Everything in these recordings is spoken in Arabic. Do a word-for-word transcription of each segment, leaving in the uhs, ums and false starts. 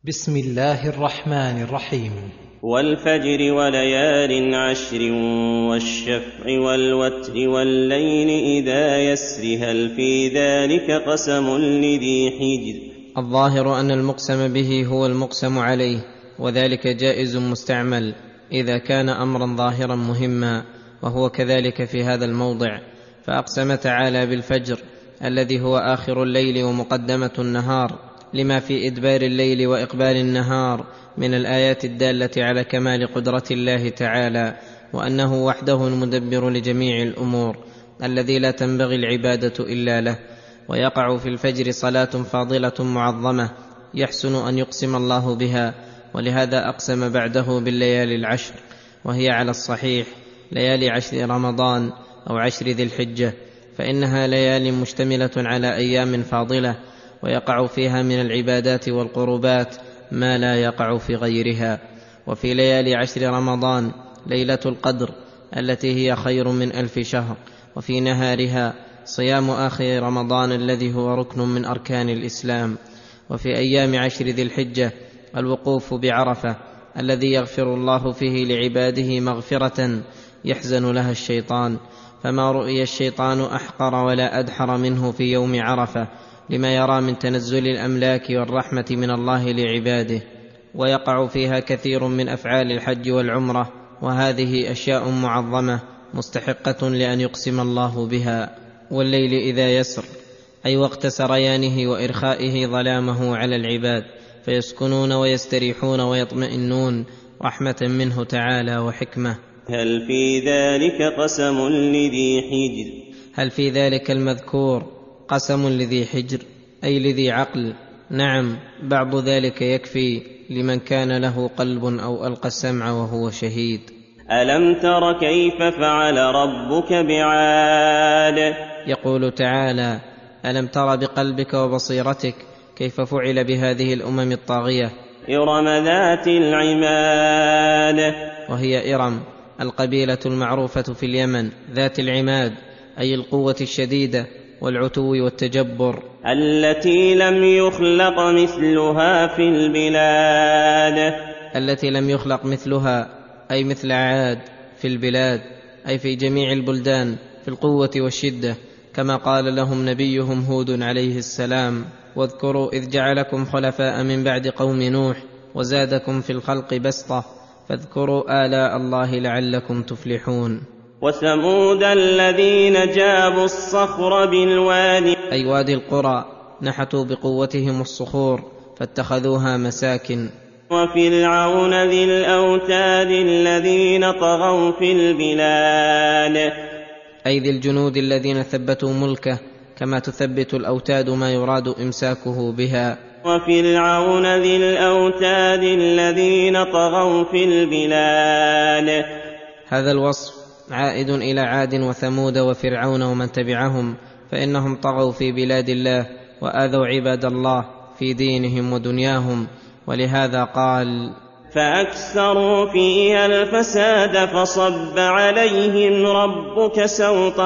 بسم الله الرحمن الرحيم. والفجر وليال عشر والشفع والوتر والليل إذا يسر هل في ذلك قسم لذي حجر. الظاهر أن المقسم به هو المقسم عليه، وذلك جائز مستعمل إذا كان أمرا ظاهرا مهما، وهو كذلك في هذا الموضع. فأقسم تعالى بالفجر الذي هو آخر الليل ومقدمة النهار، لما في إدبار الليل وإقبال النهار من الآيات الدالة على كمال قدرة الله تعالى، وأنه وحده المدبر لجميع الأمور الذي لا تنبغي العبادة إلا له. ويقع في الفجر صلاة فاضلة معظمة يحسن أن يقسم الله بها، ولهذا أقسم بعده بالليالي العشر، وهي على الصحيح ليالي عشر رمضان أو عشر ذي الحجة، فإنها ليالي مشتملة على أيام فاضلة، ويقع فيها من العبادات والقربات ما لا يقع في غيرها. وفي ليالي عشر رمضان ليلة القدر التي هي خير من ألف شهر، وفي نهارها صيام آخر رمضان الذي هو ركن من أركان الإسلام. وفي أيام عشر ذي الحجة الوقوف بعرفة الذي يغفر الله فيه لعباده مغفرة يحزن لها الشيطان، فما رؤي الشيطان أحقر ولا أدحر منه في يوم عرفة، لما يرى من تنزل الأملاك والرحمة من الله لعباده. ويقع فيها كثير من أفعال الحج والعمرة، وهذه أشياء معظمة مستحقة لأن يقسم الله بها. والليل إذا يسر أي وقت سريانه وإرخائه ظلامه على العباد، فيسكنون ويستريحون ويطمئنون رحمة منه تعالى وحكمة. هل في ذلك قسم لذي حجر. هل في ذلك المذكور قسم لذي حجر أي لذي عقل؟ نعم، بعض ذلك يكفي لمن كان له قلب أو ألقى السمع وهو شهيد. ألم تر كيف فعل ربك بعاد. يقول تعالى: ألم تر بقلبك وبصيرتك كيف فعل بهذه الأمم الطاغية. إرم ذات العماد. وهي إرم القبيلة المعروفة في اليمن ذات العماد، أي القوة الشديدة والعتو والتجبر، التي لم يخلق مثلها في البلاد. التي لم يخلق مثلها أي مثل عاد في البلاد، أي في جميع البلدان في القوة والشدة، كما قال لهم نبيهم هود عليه السلام: واذكروا إذ جعلكم خلفاء من بعد قوم نوح وزادكم في الخلق بسطة فاذكروا آلاء الله لعلكم تفلحون. وثمود الذين جابوا الصخر بالواد، أي وادي القرى، نحتوا بقوتهم الصخور فاتخذوها مساكن. وفرعون ذي الأوتاد الذين طغوا في البلاد، أي ذي الجنود الذين ثبتوا ملكه كما تثبت الأوتاد ما يراد إمساكه بها. وفرعون ذي الأوتاد الذين طغوا في البلاد. هذا الوصف عائد إلى عاد وثمود وفرعون ومن تبعهم، فإنهم طغوا في بلاد الله وآذوا عباد الله في دينهم ودنياهم، ولهذا قال: فأكثروا فيها الفساد فصب عليهم ربك سوط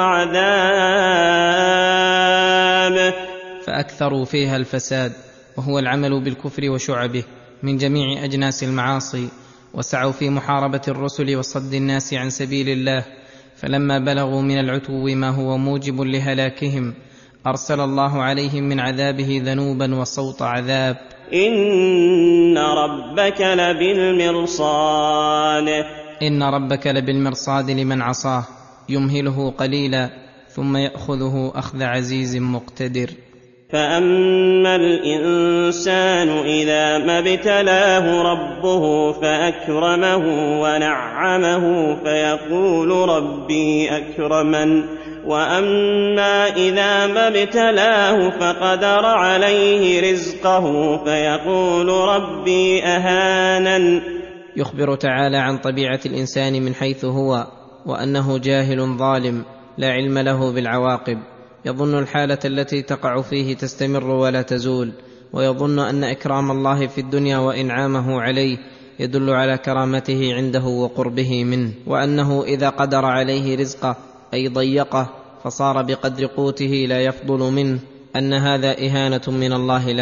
عذاب. فأكثروا فيها الفساد، وهو العمل بالكفر وشعبه من جميع أجناس المعاصي، وسعوا في محاربة الرسل وصد الناس عن سبيل الله، فلما بلغوا من العتو ما هو موجب لهلاكهم أرسل الله عليهم من عذابه ذنوبا وصوت عذاب. إن ربك لبالمرصاد. إن ربك لبالمرصاد لمن عصاه، يمهله قليلا ثم يأخذه أخذ عزيز مقتدر. فأما الإنسان إذا ما ابتلاه ربه فأكرمه ونعمه فيقول ربي أكرمن، وأما إذا ما ابتلاه فقدر عليه رزقه فيقول ربي أهانن. يخبر تعالى عن طبيعة الإنسان من حيث هو، وأنه جاهل ظالم لا علم له بالعواقب، يظن الحالة التي تقع فيه تستمر ولا تزول، ويظن أن إكرام الله في الدنيا وإنعامه عليه يدل على كرامته عنده وقربه منه، وأنه إذا قدر عليه رزقه أي ضيقه فصار بقدر قوته لا يفضل منه، أن هذا إهانة من الله له،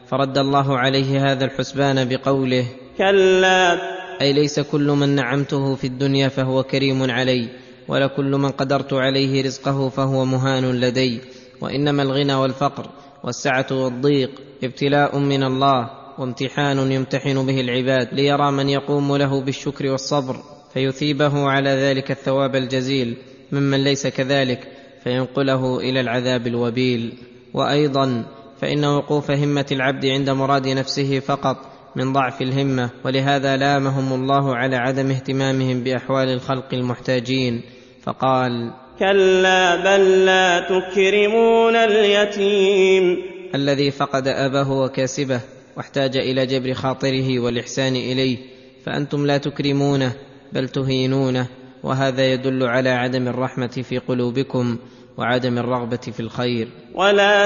فرد الله عليه هذا الحسبان بقوله: كلا، أي ليس كل من نعمته في الدنيا فهو كريم علي، ولا كل من قدرت عليه رزقه فهو مهان لدي، وإنما الغنى والفقر والسعة والضيق ابتلاء من الله وامتحان يمتحن به العباد ليرى من يقوم له بالشكر والصبر فيثيبه على ذلك الثواب الجزيل، ممن ليس كذلك فينقله إلى العذاب الوبيل. وأيضا فإن وقوف همة العبد عند مراد نفسه فقط من ضعف الهمة، ولهذا لامهم الله على عدم اهتمامهم بأحوال الخلق المحتاجين، فقال: كلا بل لا تكرمون اليتيم، الذي فقد أباه وكاسبه واحتاج إلى جبر خاطره والإحسان إليه، فأنتم لا تكرمونه بل تهينونه، وهذا يدل على عدم الرحمة في قلوبكم وعدم الرغبة في الخير. ولا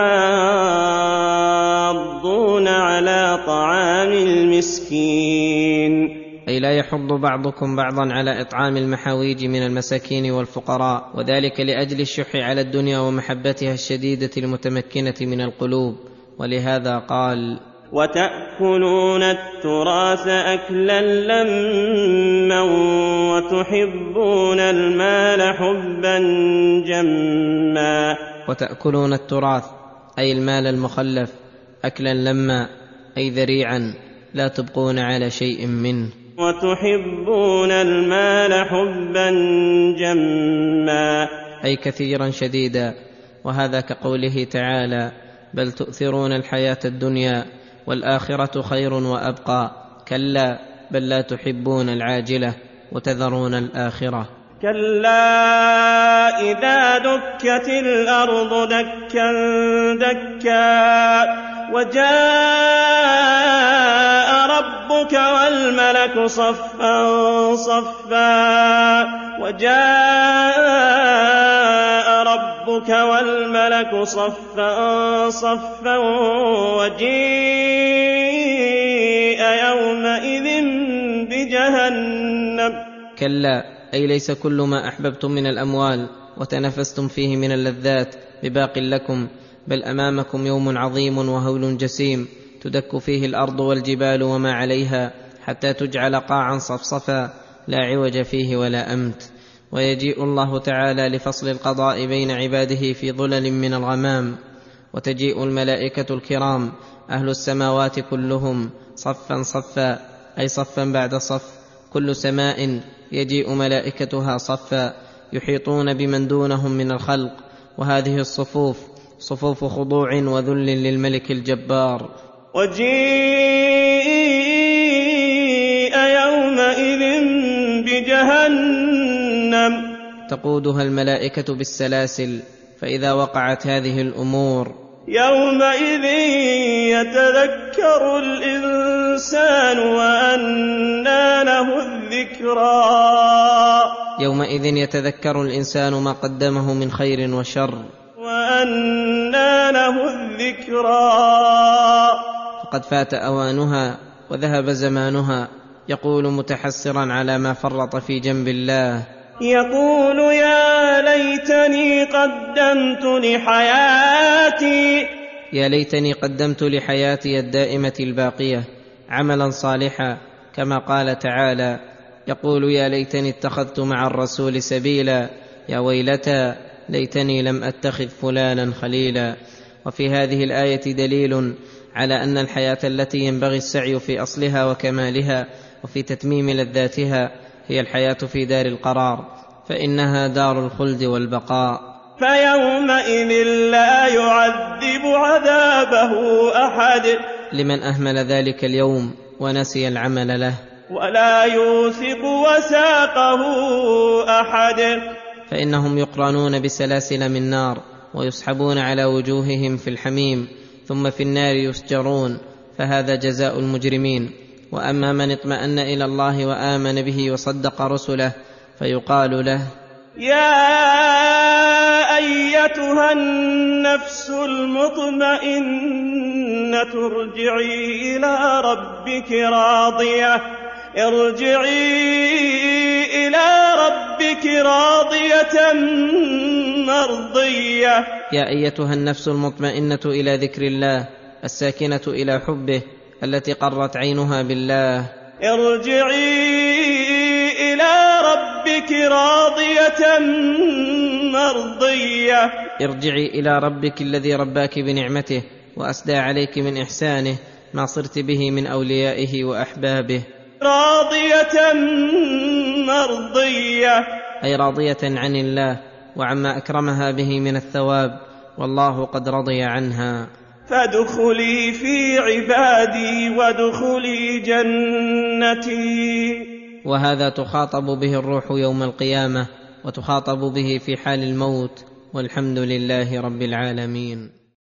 تحاضون على طعام المسكين، أي لا يحض بعضكم بعضا على إطعام المحاويج من المساكين والفقراء، وذلك لأجل الشح على الدنيا ومحبتها الشديدة المتمكنة من القلوب، ولهذا قال: وتأكلون التراث أكلا لما وتحبون المال حبا جما. وتأكلون التراث أي المال المخلف أكلا لما، أي ذريعا لا تبقون على شيء منه. وتحبون المال حبا جما، أي كثيرا شديدا، وهذا كقوله تعالى: بل تؤثرون الحياة الدنيا والآخرة خير وأبقى، كلا بل لا تحبون العاجلة وتذرون الآخرة. كلا إذا دكت الأرض دكا دكا وجاء ربك والملك صفا صفا وجاء ربك والملك صفا صفا وجيء يومئذ بجهنم. كلا أي ليس كل ما أحببتم من الأموال وتنافستم فيه من اللذات بباق لكم، بل أمامكم يوم عظيم وهول جسيم تدك فيه الأرض والجبال وما عليها حتى تجعل قاعا صفصفا لا عوج فيه ولا أمت. ويجيء الله تعالى لفصل القضاء بين عباده في ظلل من الغمام، وتجيء الملائكة الكرام أهل السماوات كلهم صفا صفا، أي صفا بعد صف، كل سماء يجيء ملائكتها صفا يحيطون بمن دونهم من الخلق، وهذه الصفوف صفوف خضوع وذل للملك الجبار. وجيء يومئذ بجهنم تقودها الملائكة بالسلاسل، فإذا وقعت هذه الأمور يومئذ يتذكر الإنسان وأنى له الذكرى. يومئذ يتذكر الإنسان ما قدمه من خير وشر، وأنى له الذكرى. فقد فات أوانها وذهب زمانها، يقول متحسرا على ما فرط في جنب الله، يقول يا ليتني قدمت لحياتي، يا ليتني قدمت لحياتي الدائمة الباقية عملا صالحا، كما قال تعالى: يقول يا ليتني اتخذت مع الرسول سبيلا، يا ويلتى ليتني لم أتخذ فلانا خليلا. وفي هذه الآية دليل على أن الحياة التي ينبغي السعي في أصلها وكمالها وفي تتميم لذاتها هي الحياة في دار القرار، فإنها دار الخلد والبقاء. فيومئذ لا يعذب عذابه أحد، لمن أهمل ذلك اليوم ونسي العمل له، ولا يوثق وثاقه أحد، فإنهم يقرنون بسلاسل من نار ويسحبون على وجوههم في الحميم، ثم في النار يسجرون، فهذا جزاء المجرمين. وأما من اطمأن إلى الله وآمن به وصدق رسله فيقال له: يا أيتها النفس المطمئنة ارجعي إلى ربك راضية ارجعي إلى ربك راضية مرضية. يا أيتها النفس المطمئنة إلى ذكر الله الساكنه الى حبه التي قرت عينها بالله. ارجعي إلى ربك راضية مرضية ارجعي الى ربك الذي رباك بنعمته واسدى عليك من احسانه ما صرت به من اوليائه واحبابه. راضية مرضية اي راضيه عن الله وعما اكرمها به من الثواب، والله قد رضي عنها. فادخلي في عبادي وادخلي جنتي. وهذا تخاطب به الروح يوم القيامه وتخاطب به في حال الموت، والحمد لله رب العالمين.